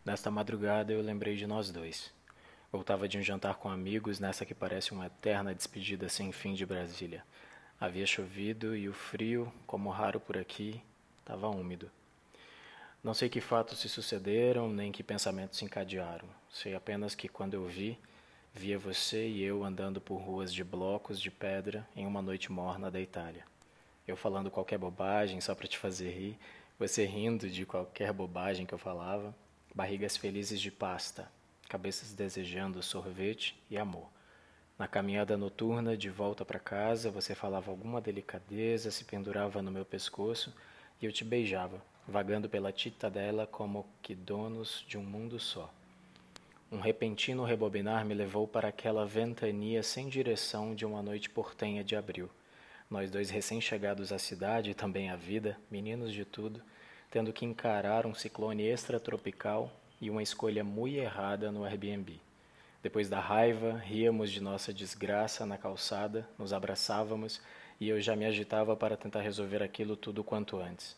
Nesta madrugada eu lembrei de nós dois. Voltava de um jantar com amigos nessa que parece uma eterna despedida sem fim de Brasília. Havia chovido e o frio, como raro por aqui, estava úmido. Não sei que fatos se sucederam, nem que pensamentos se encadearam. Sei apenas que quando eu via você e eu andando por ruas de blocos de pedra em uma noite morna da Itália. Eu falando qualquer bobagem só para te fazer rir, você rindo de qualquer bobagem que eu falava, barrigas felizes de pasta, cabeças desejando sorvete e amor. Na caminhada noturna de volta para casa, você falava alguma delicadeza, se pendurava no meu pescoço e eu te beijava, vagando pela Cittadella como que donos de um mundo só. Um repentino rebobinar me levou para aquela ventania sem direção de uma noite portenha de abril. Nós dois recém-chegados à cidade e também à vida, meninos de tudo, tendo que encarar um ciclone extratropical e uma escolha muito errada no Airbnb. Depois da raiva, ríamos de nossa desgraça na calçada, nos abraçávamos e eu já me agitava para tentar resolver aquilo tudo quanto antes.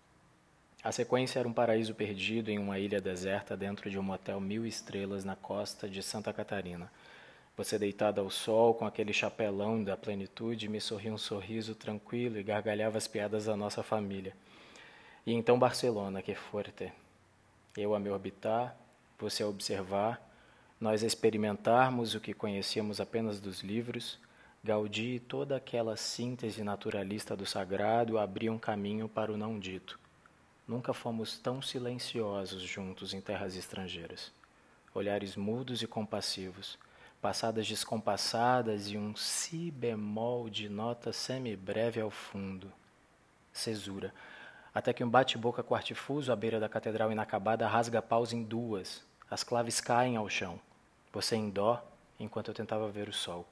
A sequência era um paraíso perdido em uma ilha deserta dentro de um motel 1000 estrelas na costa de Santa Catarina. Você deitada ao sol com aquele chapelão da plenitude me sorria um sorriso tranquilo e gargalhava as piadas da nossa família. E então Barcelona, que forte. Eu a me orbitar, você a observar, nós a experimentarmos o que conhecíamos apenas dos livros, Gaudí e toda aquela síntese naturalista do sagrado abriam caminho para o não dito. Nunca fomos tão silenciosos juntos em terras estrangeiras. Olhares mudos e compassivos, passadas descompassadas e um si bemol de nota semibreve ao fundo. Cesura. Até que um bate-boca quartifuso à beira da catedral inacabada rasga a pausa em duas. As claves caem ao chão. Você em dó, enquanto eu tentava ver o sol.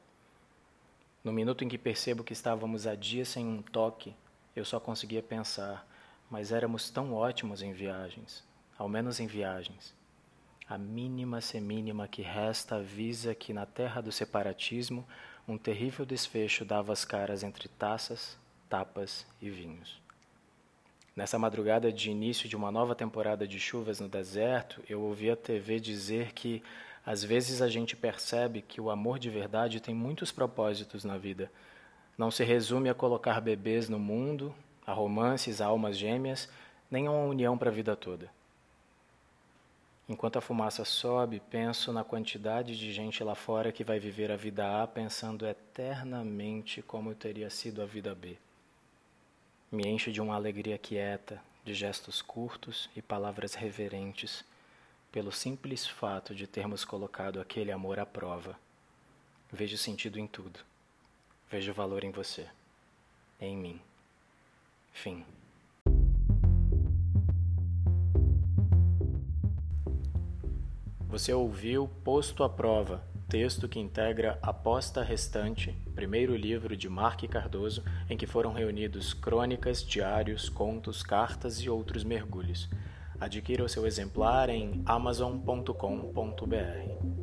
No minuto em que percebo que estávamos há dias sem um toque, eu só conseguia pensar, mas éramos tão ótimos em viagens, ao menos em viagens. A mínima semínima que resta avisa que na terra do separatismo um terrível desfecho dava as caras entre taças, tapas e vinhos. Nessa madrugada de início de uma nova temporada de chuvas no deserto, eu ouvi a TV dizer que às vezes a gente percebe que o amor de verdade tem muitos propósitos na vida. Não se resume a colocar bebês no mundo, a romances, a almas gêmeas, nem a uma união para a vida toda. Enquanto a fumaça sobe, penso na quantidade de gente lá fora que vai viver a vida A pensando eternamente como teria sido a vida B. Me encho de uma alegria quieta, de gestos curtos e palavras reverentes, pelo simples fato de termos colocado aquele amor à prova. Vejo sentido em tudo. Vejo valor em você. Em mim. Fim. Você ouviu Posto à Prova, texto que integra Aposta Restante, primeiro livro de Mark Cardoso, em que foram reunidos crônicas, diários, contos, cartas e outros mergulhos. Adquira o seu exemplar em amazon.com.br.